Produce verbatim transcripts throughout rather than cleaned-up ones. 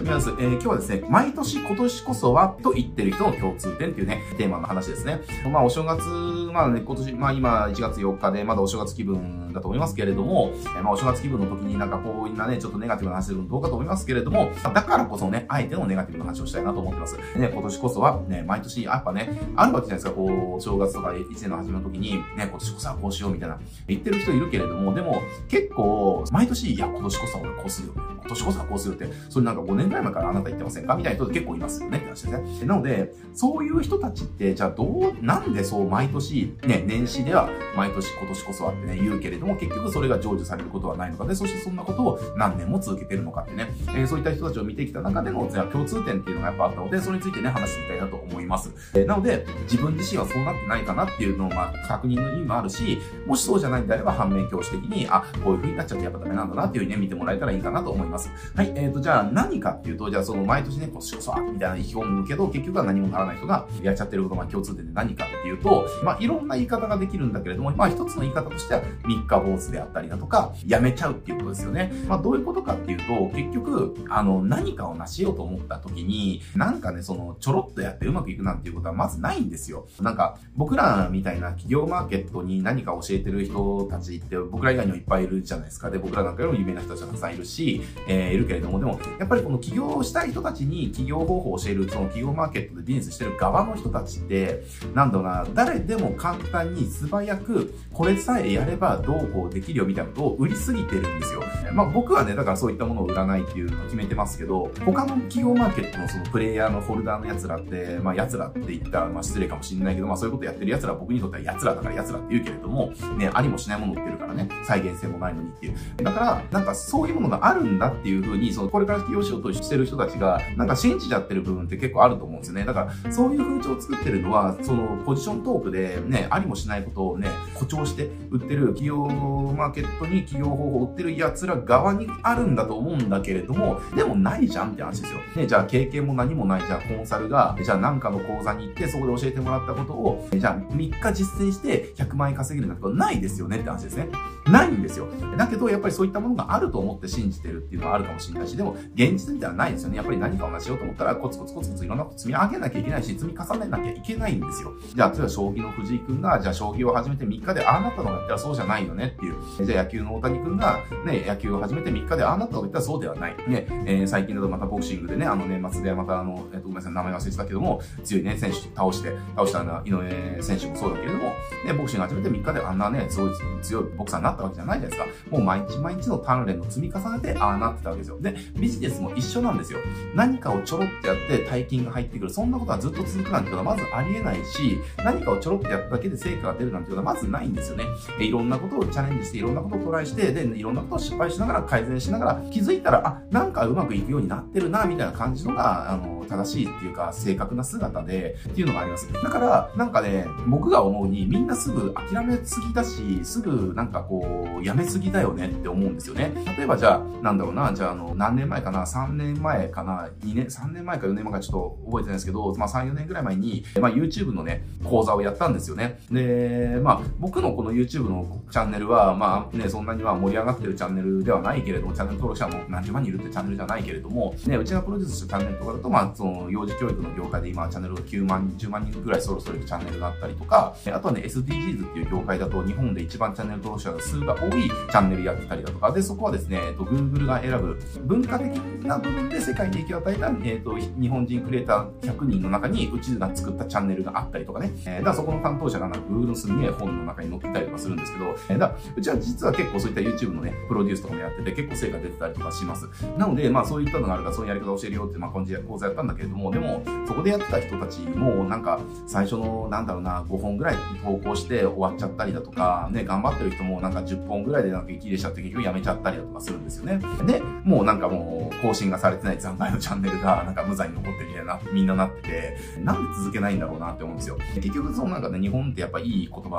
みます。えー、今日はですね、毎年今年こそはと言ってる人の共通点っていうね、テーマの話ですね。まあ、お正月、まあね、今年、まあ今いちがつよっかでまだお正月気分だと思いますけれども、えー、まあお正月気分の時になんかこういんなね、ちょっとネガティブな話するのどうかと思いますけれども、だからこそね、あえてのネガティブな話をしたいなと思ってます。ね、今年こそはね、毎年やっぱね、あるわけじゃないですか、こう、お正月とかいちねんの初めの時に、ね、今年こそはこうしようみたいな言ってる人いるけれども、でも結構、毎年、いや、今年こそは俺こうするよ。今年こそはこうするって、それなんかごねんぐらい前からあなた言ってませんかみたいな人って結構いますよねって話ですね。なので、そういう人たちって、じゃあどう、なんでそう毎年、ね、年始では毎年今年こそはってね、言うけれども、結局それが成就されることはないのかで、そしてそんなことを何年も続けてるのかってね、えー、そういった人たちを見てきた中での、じゃあ共通点っていうのがやっぱあったので、それについてね、話してみたいなと思います。えー、なので、自分自身はそうなってないかなっていうのを、まあ、確認の意味もあるし、もしそうじゃないんであれば、反面教師的に、あ、こういう風になっちゃってやっぱダメなんだなっていう風にね、見てもらえたらいいかなと思います。はい、えーと、じゃあ何かっていうと、じゃあその毎年ね、今年こそは、みたいな意気込むけど、結局は何もならない人がやっちゃってることが共通点で何かっていうと、まあ、いろんな言い方ができるんだけれども、まあ、一つの言い方としては、三日坊主であったりだとか、やめちゃうっていうことですよね。まあ、どういうことかっていうと、結局、あの、何かを成しようと思った時に、なんかね、その、ちょろっとやってうまくいくなんていうことはまずないんですよ。なんか、僕らみたいな企業マーケットに何か教えてる人たちって、僕ら以外にもいっぱいいるじゃないですか。で、僕らなんかよりも有名な人たちがたくさんいるし、えー、いるけれども、でも、やっぱりこの起業したい人たちに起業方法を教える、その企業マーケットでビジネスしてる側の人たちって、なんだろうな、誰でも簡単に素早く、これさえやればどうこうできるよみたいなことを売りすぎてるんですよ。まあ僕はね、だからそういったものを売らないっていうのを決めてますけど、他の企業マーケットのそのプレイヤーのフォルダーの奴らって、まあ奴らって言ったらまあ失礼かもしれないけど、まあそういうことやってる奴らは僕にとっては奴らだから奴らって言うけれども、ね、ありもしないものを売ってるからね、再現性もないのにっていう。だから、なんかそういうものがあるんだっていうふうに、そのこれから起業しようとしてる人たちが、なんか信じちゃってる部分って結構あると思うんですよね。だから、そういう風潮を作ってるのは、そのポジショントークでね、ありもしないことをね、誇張して売ってる企業マーケットに企業方法を売ってる奴ら側にあるんだと思うんだけれども、でもないじゃんって話ですよ。ね、じゃあ経験も何もない、じゃあコンサルが、じゃあ何かの講座に行って、そこで教えてもらったことを、じゃあみっか実践してひゃくまんえん稼げるなんてことないですよねって話ですね。ないんですよ。だけど、やっぱりそういったものがあると思って信じてるっていうのはあるかもしれないし、でも、現実みたいなのはないですよね。やっぱり何かを成しようと思ったら、コツコツコツコツいろんなこと積み上げなきゃいけないし、積み重ねなきゃいけないんですよ。じゃあ、例えば将棋の藤井くんが、じゃあ将棋を始めてみっかでああなったのか言ったらそうじゃないよねっていう。じゃあ野球の大谷くんが、ね、野球を始めてみっかでああなったのか言ったらそうではない。ね、えー、最近だとまたボクシングでね、あの年末でまたあの、えっと、ごめんなさい、名前忘れてたけども、強いね、選手倒して、倒した井上選手もそうだけれども、ね、ボクシング始めてみっかであんなね、すごい強いボクサーになったわけじゃないじゃないですか。もう毎日毎日の鍛錬の積み重ねてああなってたわけですよ。で、ビジネスも一緒なんですよ。何かをちょろってやって大金が入ってくる。そんなことはずっと続くなんてことはまずありえないし、何かをちょろってやっただけで成果が出るなんてことはまずないんですよね。いろんなことをチャレンジして、いろんなことをトライして、で、いろんなことを失敗しながら改善しながら気づいたら、あ、なんかうまくいくようになってるな、みたいな感じのが、あの、正しいっていうか、正確な姿で、っていうのがあります。だから、なんかね、僕が思うに、みんなすぐ諦めすぎだし、すぐなんかこう、やめすぎだよねって思うんですよね。例えばじゃあ、なんだろうな、じゃああの、何年前かな、さんねんまえかな、にねん、さんねんまえかよねんまえかちょっと覚えてないですけど、まあさん、よねんぐらい前に、まあ YouTube のね、講座をやったんですよね。で、まあ僕のこの YouTube のチャンネルは、まあね、そんなには盛り上がってるチャンネルではないけれども、チャンネル登録者も何十万人いるってチャンネルじゃないけれども、ね、うちがプロデュースしたチャンネルとかだと、まあその幼児教育の業界で今チャンネルがきゅうまん、じゅうまんにんぐらいそろそろいるチャンネルがあったりとか、あとはね、エスディージーズ っていう業界だと日本で一番チャンネル登録者数が多いチャンネルやってたりだとか、で、そこはですね、えっと、Google が選ぶ文化的な部分で世界に影響を与えた、えっと、日本人クリエイターひゃくにんの中にうちが作ったチャンネルがあったりとかね、えー、だからそこの担当者がなんか Google のすんげえ本の中に載ってたりとかするんですけど、えー、だからうちは実は結構そういった YouTube のね、プロデュースとかもやってて結構成果出てたりとかします。なので、まあそういったのがあるからそういうやり方を教えるよって、まあ講座やったんだけれども、でも、そこでやってた人たちもなんか最初のなんだろうな、ごほんぐらい投稿して終わっちゃったりだとか、ね、頑張ってる人もなんかじゅっぽんぐらいでなんか激励しちゃって結局やめちゃったりだとかするんですよね。で、もうなんかもう更新がされてない残骸のチャンネルがなんか無残に残ってるみたいな、みんななってて、なんで続けないんだろうなって思うんですよ。結局そのなんかね、日本ってやっぱいい言葉ありますよ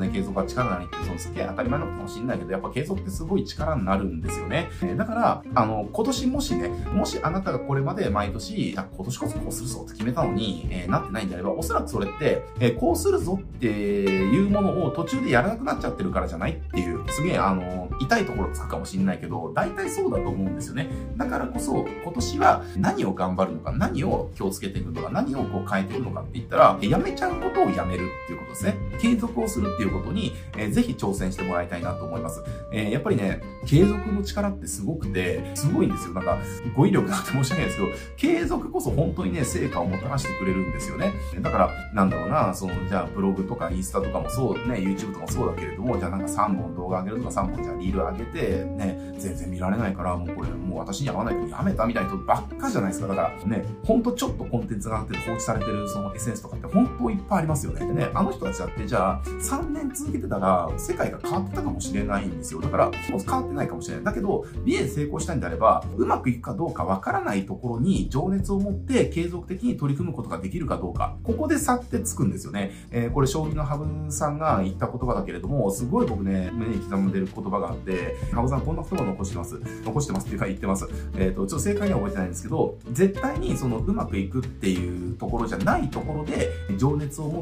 ね、継続は力なりって、そのすげえ当たり前のことかもしれないけど、やっぱ継続ってすごい力になるんですよね。えー、だから、あの、今年もしね、もしあなたがこれまで毎年、今年こそこうするぞって決めたのに、えー、なってないんであれば、おそらくそれって、えー、こうするぞっていうものを途中でやらなくなっちゃってるからじゃないっていう、すげえ、あの、痛いところつくかもしれないけど、大体そうだと思うんですよね。だからこそ、今年は何を頑張るのか、何を気をつけていくのか、何をこう変えていくのかって言ったら、やめちゃうことをやめるっていうことですね。継続をするっていうことに、えー、ぜひ挑戦してもらいたいなと思います。えー、やっぱりね、継続の力ってすごくて、すごいんですよ。なんか、語彙力なくて申し訳ないですけど、継続こそ本当にね、成果をもたらしてくれるんですよね。だから、なんだろうな、その、じゃあ、ブログとかインスタとかもそう、ね、YouTube とかもそうだけれども、じゃあなんかさんぼん動画上げるとかさんぼんじゃあリール上げて、ね、全然見られないから、もうこれ、もう私に合わないからやめたみたいな人ばっかじゃないですか。だからね、ほんとちょっとコンテンツがあって放置されてるそのエッセンスとかって本当いっぱいありますよね。でね、あの人たちだってじゃあさんねん続けてたら世界が変わってたかもしれないんですよ。だから、もう変わってないかもしれない。だけど、美で成功したいんであれば、うまくいくかどうかわからないところに情熱を持って継続的に取り組むことができるかどうか。ここで差ってつくんですよね。えー、これ将棋の羽生さんが言った言葉だけれども、すごい僕ね、胸に刻んでる言葉があって、羽生さんこんな言葉残してます。残してますっていうか言ってます。えっと、ちょっと正解には覚えてないんですけど、絶対にそのうまくいくっていうところじゃないところで、情熱を持って、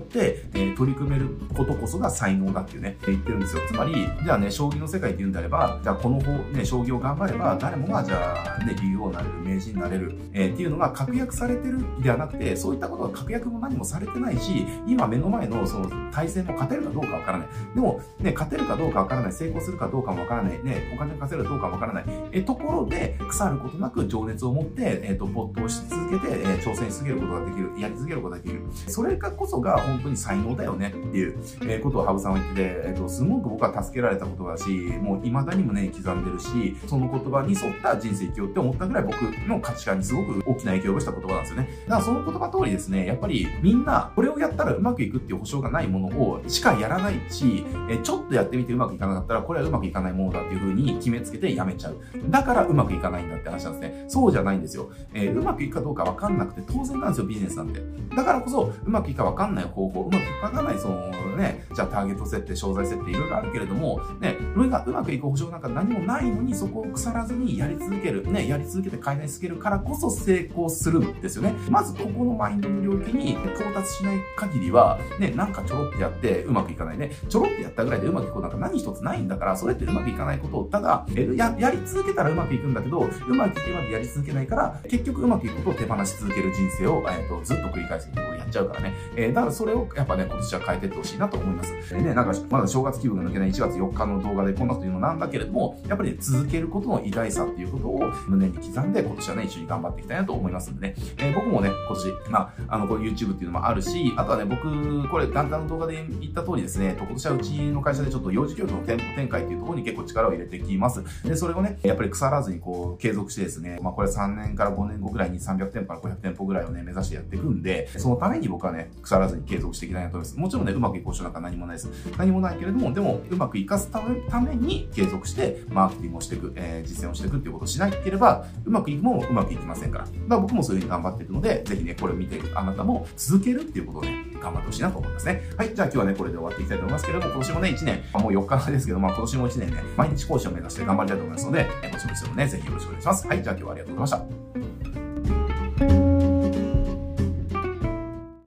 えー、取り組めることこそが才能だっていうね、言ってるんですよ。つまり、じゃあね、将棋の世界って言うんであれば、じゃあこの方、ね、将棋を頑張れば、誰もがじゃあね、竜王になれる、名人になれる、えー、っていうのが確約されてるではなくて、そういったことが確約も何もされてないし、今目の前のその対戦も勝てるかどうかわからない。でも、ね、勝てるかどうかわからない、成功するかどうかもわからない、ね、お金を稼げるかどうかもわからない、えー、ところで、腐ることなく情熱を持って、えっと、没頭し続けて、えー、挑戦し続けることができる、やり続けることができる。それがこそが本当に才能だよねっていう、えー、ことを羽生さんは言ってて、えっと、すごく僕は助けられたことだし、もう未だにもね、刻んでるし、その言葉に沿った人生生きようって思ったぐらい僕の価値観にすごく大きな影響をした言葉なんですよね。だからその言葉通りですね、やっぱりみんなこれをやったらうまくいくっていう保証がないものをしかやらないし、えー、ちょっとやってみてうまくいかなかったらこれはうまくいかないものだっていう風に決めつけてやめちゃう。だからうまくいかないんだって話なんですね。そうじゃないんですよ。えー、うまくいくかどうかわかんなくて当然なんですよ、ビジネスなんて。だからこそ、うまくいくかわかんない方法、うまくいくかわかんない、そのね、じゃあターゲット設定、商材設定いろいろあるけれども、ね、それがうまくいく保証なんか何もないのにそこを腐らずにやり続ける、ね、やり続けて改善し続けるからこそ成功するんですよね。まずここのマインドの領域に到達しない限りは、ね、なんかちょろってやってうまくいかないね。ちょろってやったぐらいでうまくいくことなんか何一つないんだから、それってうまくいかないことをただ、や、やり続けたらうまくいくんだけど、うまくいくまでやり続けないから、結局うまくいくことを手放し続ける人生を、えっと、ずっと繰り返すことをやっちゃうからね。えー、だからそれをやっぱね、今年は変えていってほしいなと思います。でね、なんか、まだ正月気分が抜けないいちがつよっかの動画でこんなこと言うのなんだけれども、やっぱり、ね、続けることの偉大さっていうことを胸に刻んで、今年はね、一緒に頑張っていきたいなと思いますんでね。えー、僕もね、今年、まあ、あの、この YouTube っていうのもあるし、あとはね、僕、これ、元旦の動画で言った通りですね、今年はうちの会社でちょっと幼児教育の店舗展開っていうところに結構力を入れてきます。で、それをね、やっぱり腐らずにこう、継続してですね、まあ、これさんねんからごねんごぐらいにさんびゃくてんぽからごひゃくてんぽぐらいをね、目指してやっていくんで、そのために僕はね、腐らずに継続していきたいなと思います。もちろんね、うまくいく保証なんか何もないです。何もないけれども、でも、うまくいかすため、ために継続して、マーケティングをしていく、えー、実践をしていくっていうことをしなければ、うまくいくもうまくいきませんから。だから僕もそういう風に頑張っていくので、ぜひね、これを見ているあなたも続けるっていうことをね、頑張ってほしいなと思いますね。はい、じゃあ今日はね、これで終わっていきたいと思いますけれども、今年もね、いちねん、もうよっかですけど、まあ今年もいちねんね、毎日講師を目指して頑張りたいと思いますので、今年もね、ぜひよろしくお願いします。はい、じゃあ今日はありがとうございました。